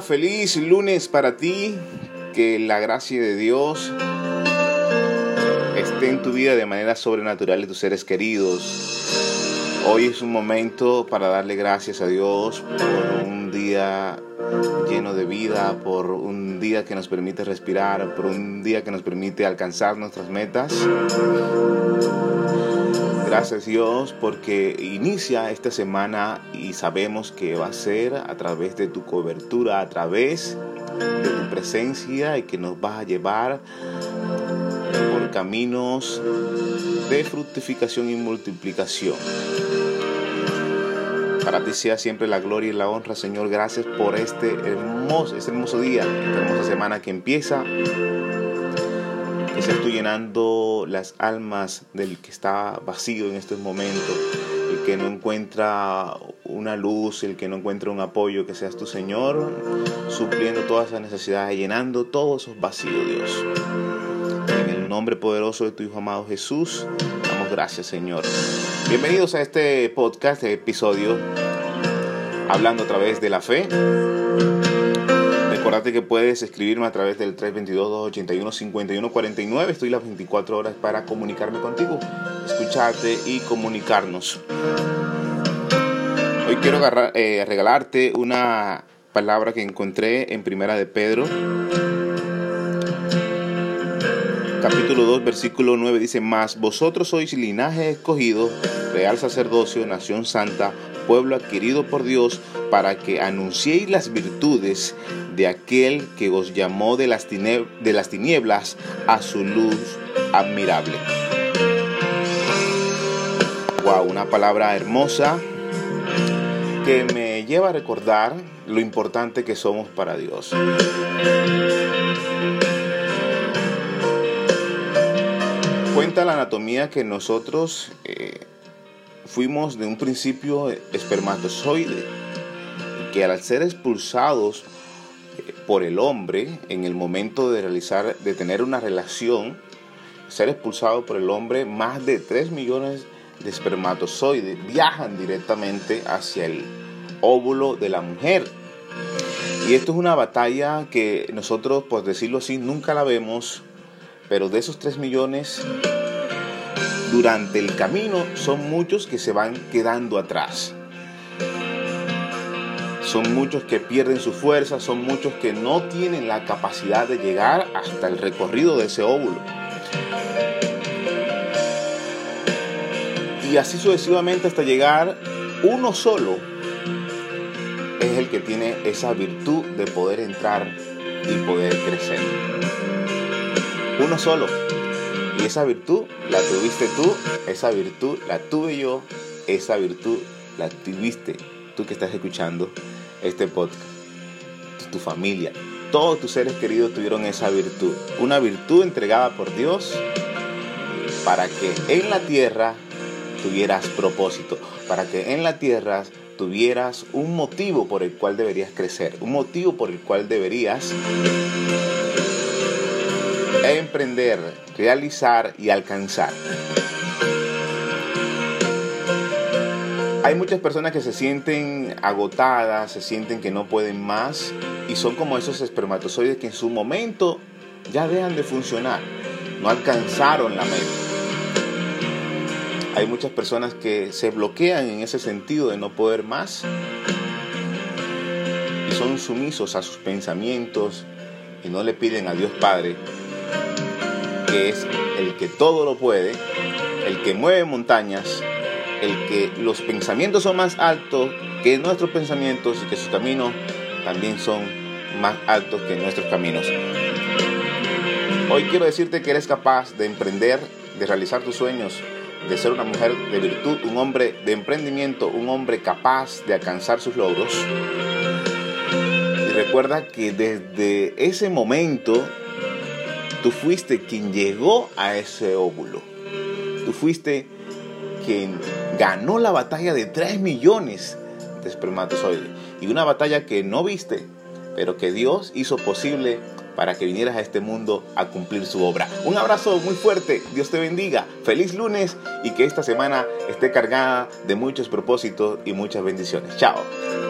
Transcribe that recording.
feliz lunes para ti. Que la gracia de Dios esté en tu vida de manera sobrenatural y tus seres queridos. Hoy es un momento para darle gracias a Dios por un día lleno de vida, por un día que nos permite respirar, por un día que nos permite alcanzar nuestras metas. Gracias Dios porque inicia esta semana y sabemos que va a ser a través de tu cobertura, a través de tu presencia, y que nos vas a llevar por caminos de fructificación y multiplicación. Para ti sea siempre la gloria y la honra, Señor. Gracias por este hermoso día, esta hermosa semana que empieza. Que seas tú llenando las almas del que está vacío en estos momentos, el que no encuentra una luz, el que no encuentra un apoyo. Que seas tú, Señor, supliendo todas esas necesidades, llenando todos esos vacíos, Dios. En el nombre poderoso de tu Hijo amado Jesús, damos gracias, Señor. Bienvenidos a este podcast, este episodio, hablando a través de la fe. Recordate que puedes escribirme a través del 322-281-5149. Estoy las 24 horas para comunicarme contigo, escucharte y comunicarnos. Hoy quiero regalarte una palabra que encontré en Primera de Pedro, capítulo 2, versículo 9. Dice: Mas vosotros sois linaje escogido, real sacerdocio, nación santa, pueblo adquirido por Dios, para que anunciéis las virtudes de aquel que os llamó de las tinieblas a su luz admirable. Wow, una palabra hermosa que me lleva a recordar lo importante que somos para Dios. Cuenta la anatomía que nosotros fuimos de un principio espermatozoide, y que al ser expulsados por el hombre en el momento de tener una relación, ser expulsado por el hombre, más de 3 millones de espermatozoides viajan directamente hacia el óvulo de la mujer. Y esto es una batalla que nosotros, por decirlo así, nunca la vemos, pero de esos 3 millones, durante el camino son muchos que se van quedando atrás. Son muchos que pierden su fuerza, son muchos que no tienen la capacidad de llegar hasta el recorrido de ese óvulo. Y así sucesivamente hasta llegar uno solo es el que tiene esa virtud de poder entrar y poder crecer. Uno solo. Y esa virtud la tuviste tú, esa virtud la tuve yo, esa virtud la tuviste tú que estás escuchando este podcast. Tu familia, todos tus seres queridos tuvieron esa virtud. Una virtud entregada por Dios para que en la tierra tuvieras propósito, para que en la tierra tuvieras un motivo por el cual deberías crecer, un motivo por el cual deberías emprender, realizar y alcanzar. Hay muchas personas que se sienten agotadas, se sienten que no pueden más, y son como esos espermatozoides que en su momento ya dejan de funcionar, no alcanzaron la meta. Hay muchas personas que se bloquean en ese sentido de no poder más y son sumisos a sus pensamientos y no le piden a Dios Padre, que es el que todo lo puede, el que mueve montañas, el que los pensamientos son más altos que nuestros pensamientos y que sus caminos también son más altos que nuestros caminos. Hoy quiero decirte que eres capaz de emprender, de realizar tus sueños, de ser una mujer de virtud, un hombre de emprendimiento, un hombre capaz de alcanzar sus logros. Y recuerda que desde ese momento tú fuiste quien llegó a ese óvulo. Tú fuiste quien ganó la batalla de 3 millones de espermatozoides. Y una batalla que no viste, pero que Dios hizo posible para que vinieras a este mundo a cumplir su obra. Un abrazo muy fuerte, Dios te bendiga, feliz lunes y que esta semana esté cargada de muchos propósitos y muchas bendiciones. Chao.